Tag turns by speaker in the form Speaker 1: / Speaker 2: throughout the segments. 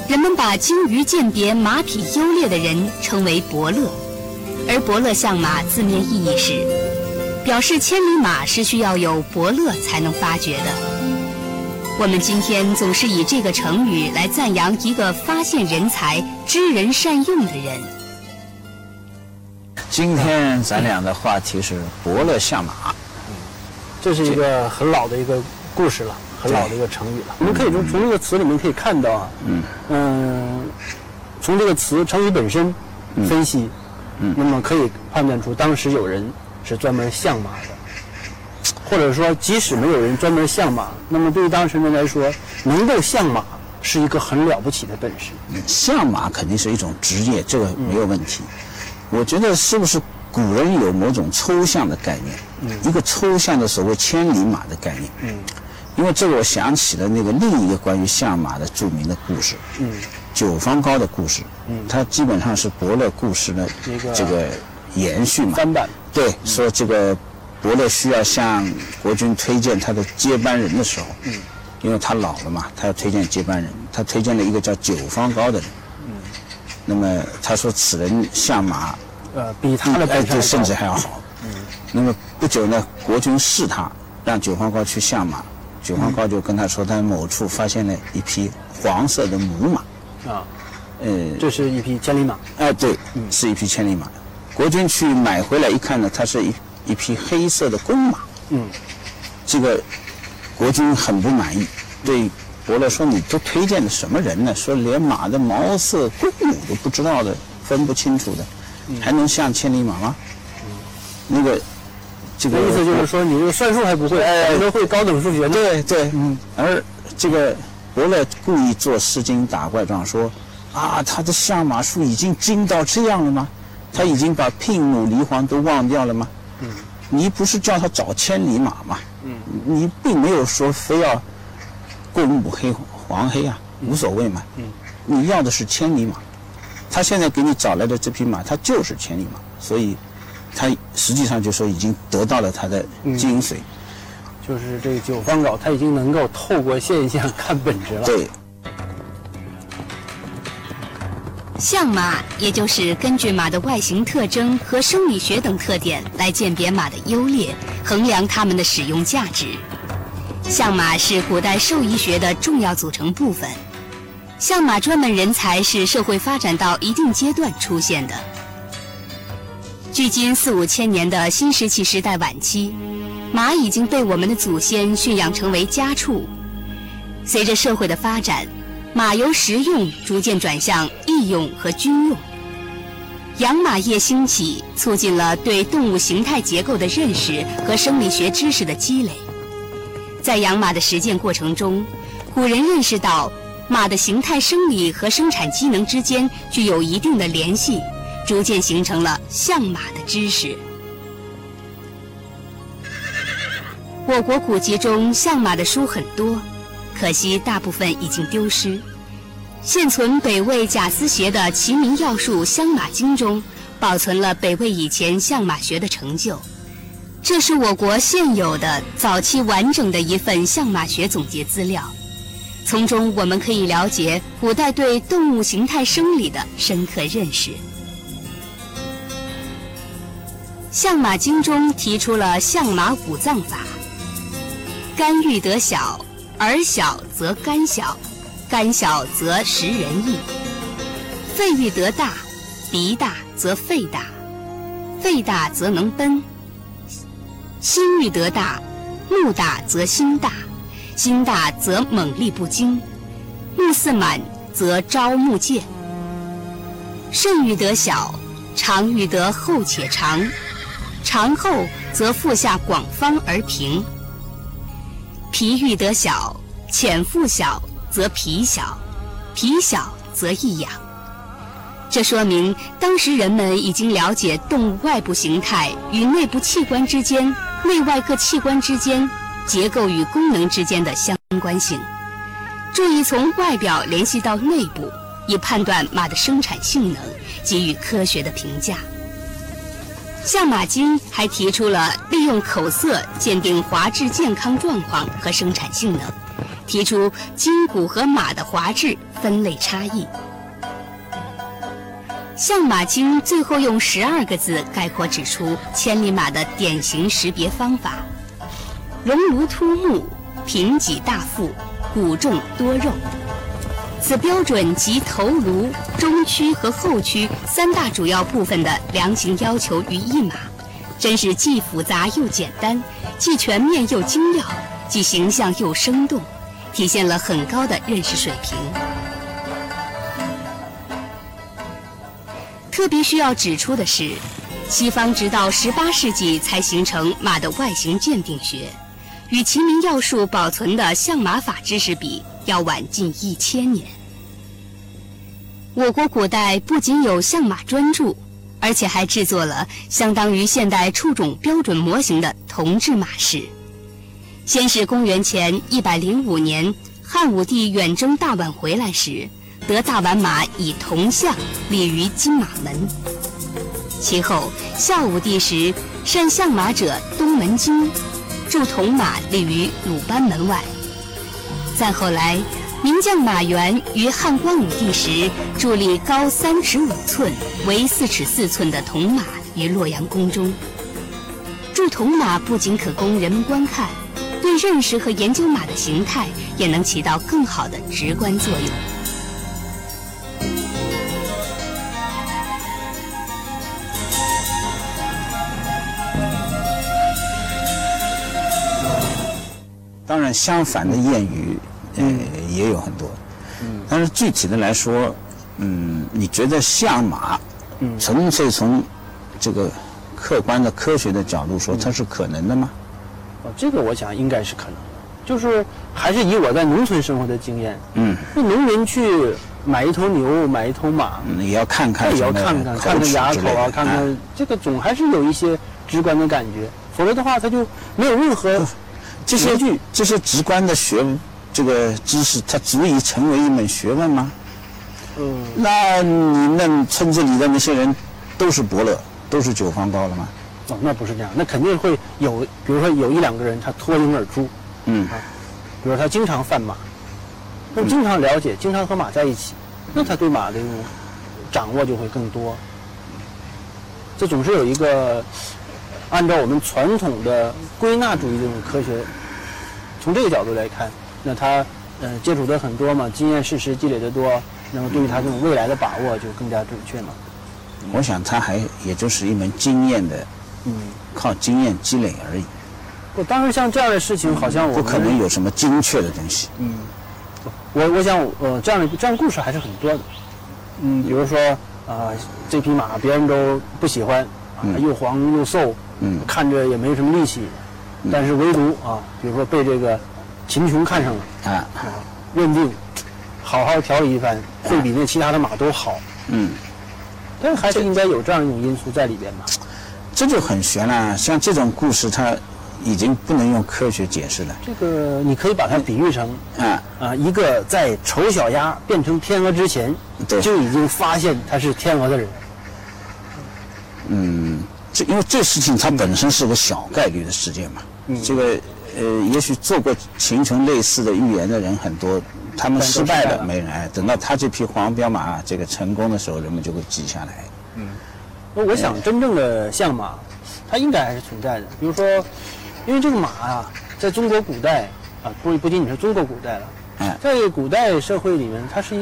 Speaker 1: 人们把精于鉴别马匹优劣的人称为伯乐，而伯乐相马字面意义是表示千里马是需要有伯乐才能发掘的。我们今天总是以这个成语来赞扬一个发现人才、知人善用的人。
Speaker 2: 今天咱俩的话题是伯乐相马，
Speaker 3: 这是一个很老的一个故事了，很老的一个成语了。我们可以从这个词里面可以看到啊，从这个词成语本身分析，那么可以判断出当时有人是专门相马的，或者说即使没有人专门相马，那么对于当时人来说，能够相马是一个很了不起的本事。
Speaker 2: 相马肯定是一种职业，这个没有问题。我觉得是不是古人有某种抽象的概念，一个抽象的所谓千里马的概念。因为这个我想起了那个另一个关于相马的著名的故事，九方高的故事，它基本上是伯乐故事的这个延续嘛。
Speaker 3: 翻版。
Speaker 2: 对，说这个伯乐需要向国君推荐他的接班人的时候，因为他老了嘛，他要推荐接班人，他推荐了一个叫九方高的人。那么他说此人相马，
Speaker 3: 比他的本事
Speaker 2: 甚至还要好。那么不久呢，国君试他，让九方高去相马。九方高就跟他说，他某处发现了一匹黄色的母马。
Speaker 3: 这是一匹千里马。
Speaker 2: 对，是一匹千里马。国君去买回来一看呢，它是一匹黑色的公马。这个国君很不满意，对伯乐说：“你都推荐的什么人呢？说连马的毛色、公母都不知道的，分不清楚的，还能像千里马吗？”那个，这个
Speaker 3: 意思就是说，你这个算术还不会，还能会高等数学呢？
Speaker 2: 对，而这个伯乐故意做诗经打怪状，说：“啊，他的相马术已经精到这样了吗？他已经把聘母离黄都忘掉了吗？你不是叫他找千里马吗？你并没有说非要。”公母黑黄黑啊，无所谓嘛。你要的是千里马，他现在给你找来的这匹马，它就是千里马，所以他实际上就说已经得到了他的精髓。
Speaker 3: 就是这个九方高，他已经能够透过现象看本质了。
Speaker 2: 对。
Speaker 1: 相马也就是根据马的外形特征和生理学等特点来鉴别马的优劣，衡量它们的使用价值。相马是古代兽医学的重要组成部分。相马专门人才是社会发展到一定阶段出现的。距今4、5千年的新石器时代晚期，马已经被我们的祖先驯养成为家畜。随着社会的发展，马由食用逐渐转向役用和军用。养马业兴起，促进了对动物形态结构的认识和生理学知识的积累。在养马的实践过程中，古人认识到马的形态生理和生产机能之间具有一定的联系，逐渐形成了相马的知识。我国古籍中相马的书很多，可惜大部分已经丢失。现存北魏贾思勰的《齐民要术相马经》中，保存了北魏以前相马学的成就。这是我国现有的早期完整的一份相马学总结资料，从中我们可以了解古代对动物形态生理的深刻认识。相马经中提出了相马五脏法：肝欲得小，耳小则肝小，肝小则食人易；肺欲得大，鼻大则肺大，肺大则能奔；心欲得大，目大则心大，心大则猛力不惊；目似满则招目见；肾欲得小，肠欲得厚且长，肠厚则腹下广方而平；脾欲得小，浅腹小则脾小，脾小则易养。这说明当时人们已经了解动物外部形态与内部器官之间、内外各器官之间、结构与功能之间的相关性，注意从外表联系到内部，以判断马的生产性能，给予科学的评价。相马经还提出了利用口色鉴定华质健康状况和生产性能，提出筋骨和马的华质分类差异。相马经最后用12个字概括指出千里马的典型识别方法：熔炉凸目，平脊大腹，骨重多肉。此标准集头颅、中躯和后躯3大主要部分的量刑要求于一马，真是既复杂又简单，既全面又精要，既形象又生动，体现了很高的认识水平。特别需要指出的是，西方直到18世纪才形成马的外形鉴定学，与齐民要术保存的相马法知识比，要晚近1000年。我国古代不仅有相马专著，而且还制作了相当于现代畜种标准模型的铜制马式。先是公元前105年，汉武帝远征大宛回来时，得大宛马以铜像立于金马门。其后孝武帝时，善相马者东门京，铸铜马立于鲁班门外。再后来，名将马援于汉光武帝时筑立高3尺5寸、为4尺4寸的铜马于洛阳宫中。铸铜马不仅可供人们观看，对认识和研究马的形态也能起到更好的直观作用。
Speaker 2: 当然，相反的谚语，也有很多。但是具体的来说，你觉得相马，纯粹从这个客观的科学的角度说，它是可能的吗？
Speaker 3: 这个我想应该是可能的，就是还是以我在农村生活的经验，那农民去买一头牛，买一头马，
Speaker 2: 也要看看，
Speaker 3: 也要看看牙口啊，看看这个总还是有一些直观的感觉，否则的话，它就没有任何。
Speaker 2: 这些直观的这个知识，它足以成为一门学问吗？那你那村子里的那些人都是伯乐，都是9方高了吗？
Speaker 3: 那不是这样，那肯定会有，比如说有1-2个人他脱颖而出，比如说他经常贩马，那经常了解，经常和马在一起，那他对马的这种掌握就会更多。这总是有一个按照我们传统的归纳主义这种科学，从这个角度来看，那他接触的很多嘛，经验事实积累的多，那么对于他这种未来的把握就更加准确嘛。
Speaker 2: 我想他也就是一门经验的，靠经验积累而已。
Speaker 3: 当然像这样的事情，好像我们
Speaker 2: 不可能有什么精确的东西。
Speaker 3: 我想这样故事还是很多的。比如说这匹马别人都不喜欢，又黄又瘦，看着也没什么力气，但是唯独比如说被这个秦琼看上了认定好好调理一番，会比那其他的马都好。但是还是应该有这样一种因素在里边嘛。
Speaker 2: 这就很悬了，像这种故事，它已经不能用科学解释了。这
Speaker 3: 个你可以把它比喻成一个在丑小鸭变成天鹅之前，就已经发现它是天鹅的人。
Speaker 2: 因为这事情它本身是个小概率的事件嘛。这个也许做过秦琼类似的预言的人很多，他们失败了没人等到他这匹黄骠马这个成功的时候，人们就会记下来。
Speaker 3: 我想真正的相马，它应该还是存在的。比如说，因为这个马在中国古代不仅仅是中国古代了，在古代社会里面，它是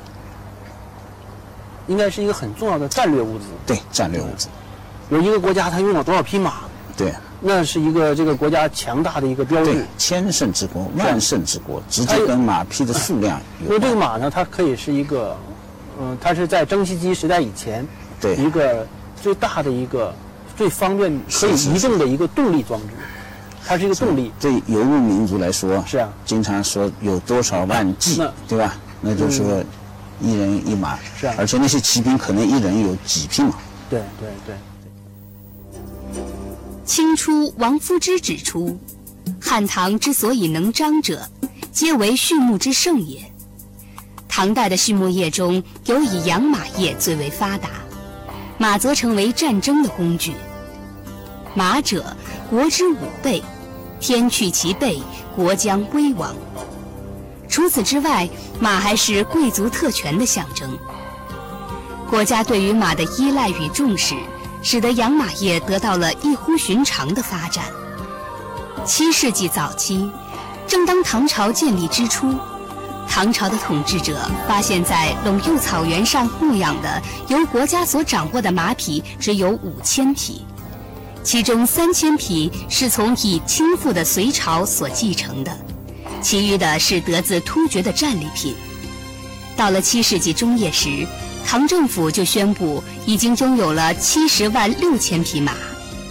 Speaker 3: 应该是一个很重要的战略物资。
Speaker 2: 对，战略物资。
Speaker 3: 有一个国家它拥有多少匹马？
Speaker 2: 对，
Speaker 3: 那是一个这个国家强大的一个标志。
Speaker 2: 千乘之国，万乘之国，直接跟马匹的数量有关。
Speaker 3: 因为这个马呢，它可以是一个，它是在蒸汽机时代以前，一个最大的一个最方便可以移动的一个动力装置，它是一个动力。
Speaker 2: 对游牧民族来说，
Speaker 3: 是
Speaker 2: 经常说有多少万骑，对吧？那就是说一人一马，而且那些骑兵可能一人有几匹马。
Speaker 3: 对。
Speaker 1: 清初王夫之指出，汉唐之所以能章者，皆为畜牧之盛也。唐代的畜牧业中，有以养马业最为发达，马则成为战争的工具。马者，国之5倍，天去其背，国将危亡。 除此之外，马还是贵族特权的象征。国家对于马的依赖与重视，使得养马业得到了异乎寻常的发展。7世纪早期，正当唐朝建立之初，唐朝的统治者发现，在陇右草原上牧养的由国家所掌握的马匹只有5000匹，其中3000匹是从已倾覆的隋朝所继承的，其余的是得自突厥的战利品。到了7世纪中叶时，唐政府就宣布已经拥有了70万6千匹马。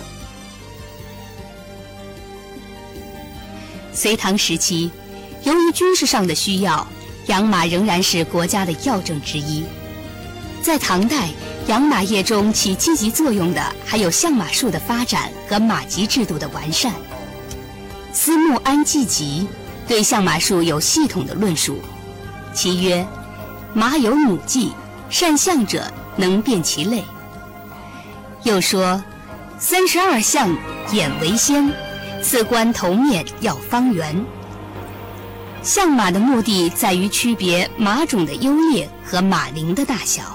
Speaker 1: 隋唐时期，由于军事上的需要，养马仍然是国家的要政之一。在唐代，养马业中起积极作用的还有相马术的发展和马籍制度的完善。司慕安季集对相马术有系统的论述，其曰：马有弩技，善相者能辨其类。又说：32相，眼为先，四观头面要方圆。相马的目的在于区别马种的优劣和马龄的大小。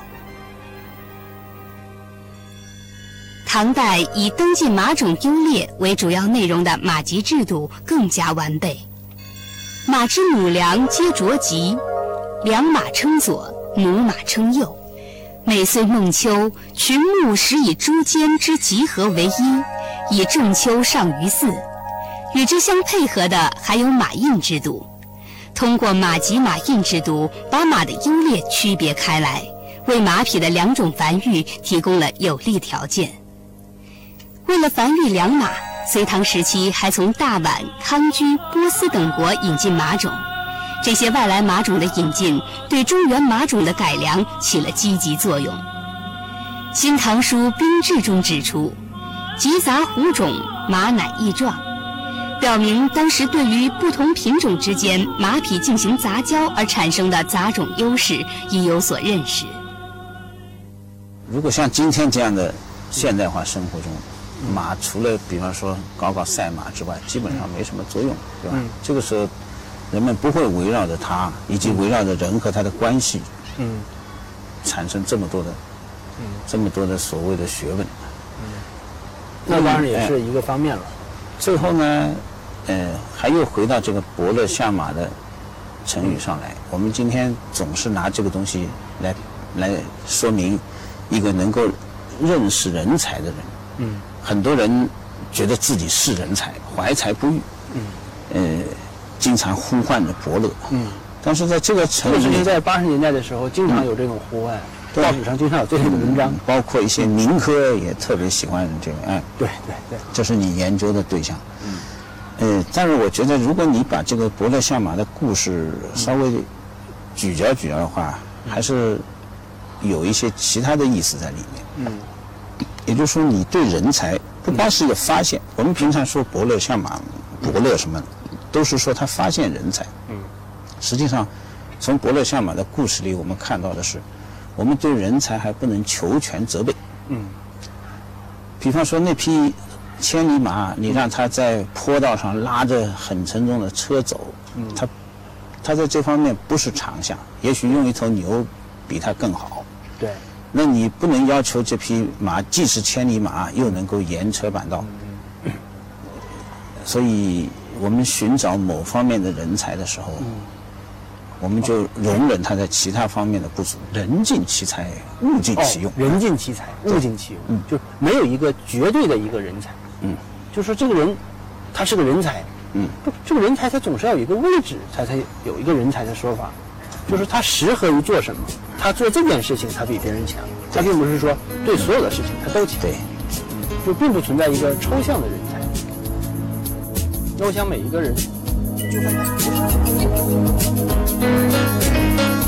Speaker 1: 唐代以登记马种优劣为主要内容的马籍制度更加完备。马之母良皆着籍，良马称左，母马称右。每岁孟秋，群牧始以诸间之集合为一，以正秋上于4。与之相配合的还有马印制度，通过马籍马印制度，把马的优劣区别开来，为马匹的2种繁育提供了有利条件。为了繁育良马，隋唐时期还从大宛、康居、波斯等国引进马种。这些外来马种的引进，对中原马种的改良起了积极作用。《新唐书·兵制》中指出，集杂虎种，马乃异状，表明当时对于不同品种之间马匹进行杂交而产生的杂种优势已有所认识。
Speaker 2: 如果像今天这样的现代化生活中，马除了比方说搞赛马之外，基本上没什么作用，对吧？这个时候人们不会围绕着它，以及围绕着人和它的关系，产生这么多的所谓的学问。
Speaker 3: 那当然也是一个方面了。
Speaker 2: 最后呢，还又回到这个伯乐相马的成语上来。我们今天总是拿这个东西来说明一个能够认识人才的人。很多人觉得自己是人才，怀才不遇。经常呼唤着伯乐。但是在这个成语里，
Speaker 3: 在80年代的时候，经常有这种呼唤，报纸上经常有这类的文章，
Speaker 2: 包括一些民科也特别喜欢这个。
Speaker 3: 对，
Speaker 2: 这是你研究的对象。但是我觉得，如果你把这个伯乐相马的故事稍微咀嚼的话，还是有一些其他的意思在里面。也就是说，你对人才不光是一个发现。我们平常说伯乐相马，伯乐什么，都是说他发现人才。实际上，从伯乐相马的故事里，我们看到的是，我们对人才还不能求全责备。比方说那匹千里马，你让它在坡道上拉着很沉重的车走，它在这方面不是长项，也许用一头牛比它更好。
Speaker 3: 对。
Speaker 2: 那你不能要求这匹马既是千里马，又能够沿车板道。所以我们寻找某方面的人才的时候，我们就容忍他在其他方面的不足，人尽其才，物尽其用。
Speaker 3: 人尽其才，物尽其用。就没有一个绝对的一个人才。就说这个人，他是个人才。这个人才他总是要有一个位置，才有一个人才的说法。就是他适合于做什么，他做这件事情他比别人强，他并不是说对所有的事情他都强。
Speaker 2: 对，
Speaker 3: 就并不存在一个抽象的人才。那我想每一个人，就算他。